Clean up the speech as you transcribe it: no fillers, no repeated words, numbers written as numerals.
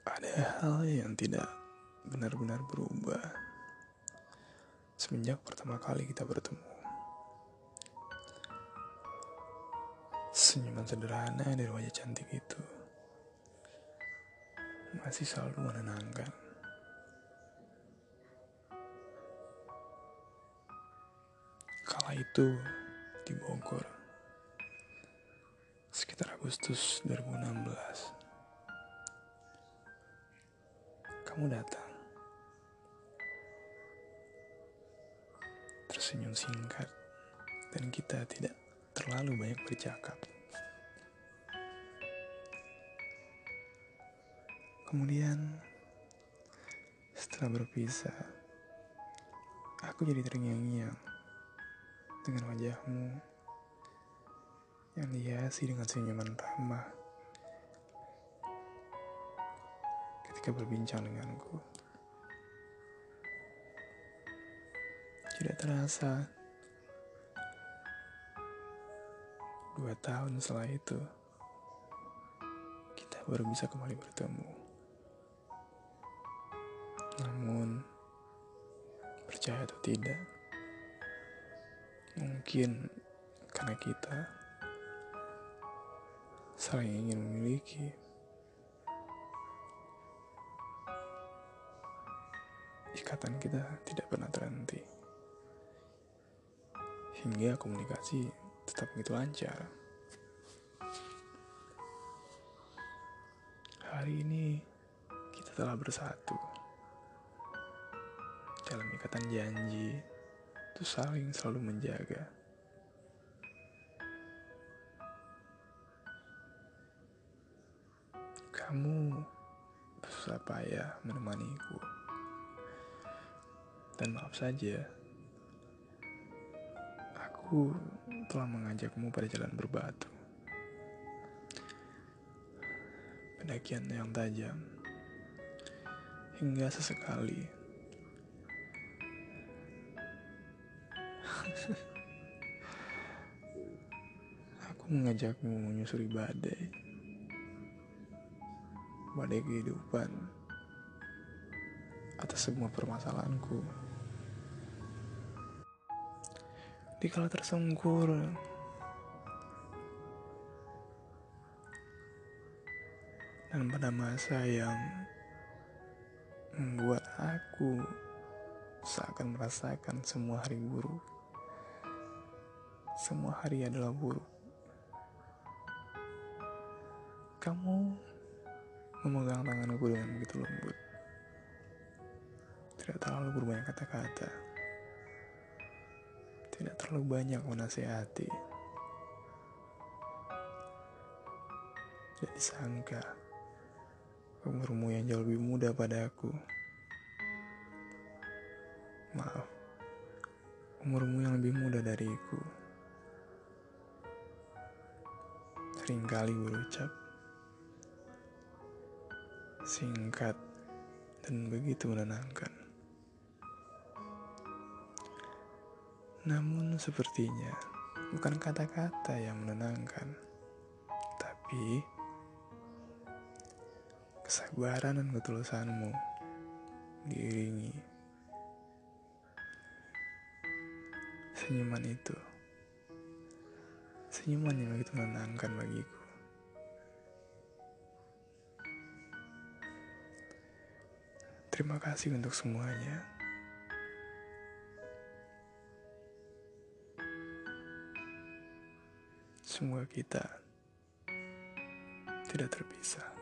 Ada hal yang tidak benar-benar berubah semenjak pertama kali kita bertemu. Senyuman sederhana dari wajah cantik itu masih selalu menenangkan. Kala itu di Bogor, sekitar Agustus 2016. Kamu datang, tersenyum singkat, dan kita tidak terlalu banyak bercakap. Kemudian, setelah berpisah, aku jadi terngiang-ngiang dengan wajahmu yang dihiasi dengan senyuman ramah ketika berbincang denganku. Tidak terasa, 2 tahun setelah itu, kita baru bisa kembali bertemu. Namun, percaya atau tidak, mungkin karena kita saling ingin memiliki, ikatan kita tidak pernah terhenti, hingga komunikasi tetap begitu lancar. Hari ini kita telah bersatu dalam ikatan janji untuk saling selalu menjaga. Kamu bersusah payah menemaniku, dan maaf saja, aku telah mengajakmu pada jalan berbatu, pendakian yang tajam, hingga sesekali aku mengajakmu menyusuri badai kehidupan atas semua permasalahanku. Dikala tersungkur, dan pada masa yang membuat aku seakan merasakan semua hari buruk. Semua hari adalah buruk. Kamu memegang tanganku dengan begitu lembut. Tidak terlalu berbanyak kata-kata. Tidak terlalu banyak menasihati. Tidak disangka umurmu yang jauh lebih muda padaku. Maaf, umurmu yang lebih muda dariku. Seringkali berucap singkat dan begitu menenangkan. Namun sepertinya bukan kata-kata yang menenangkan, tapi kesabaran dan ketulusanmu diiringi senyuman itu. Senyuman yang begitu menenangkan bagiku. Terima kasih untuk semuanya. Semoga kita tidak terpisah.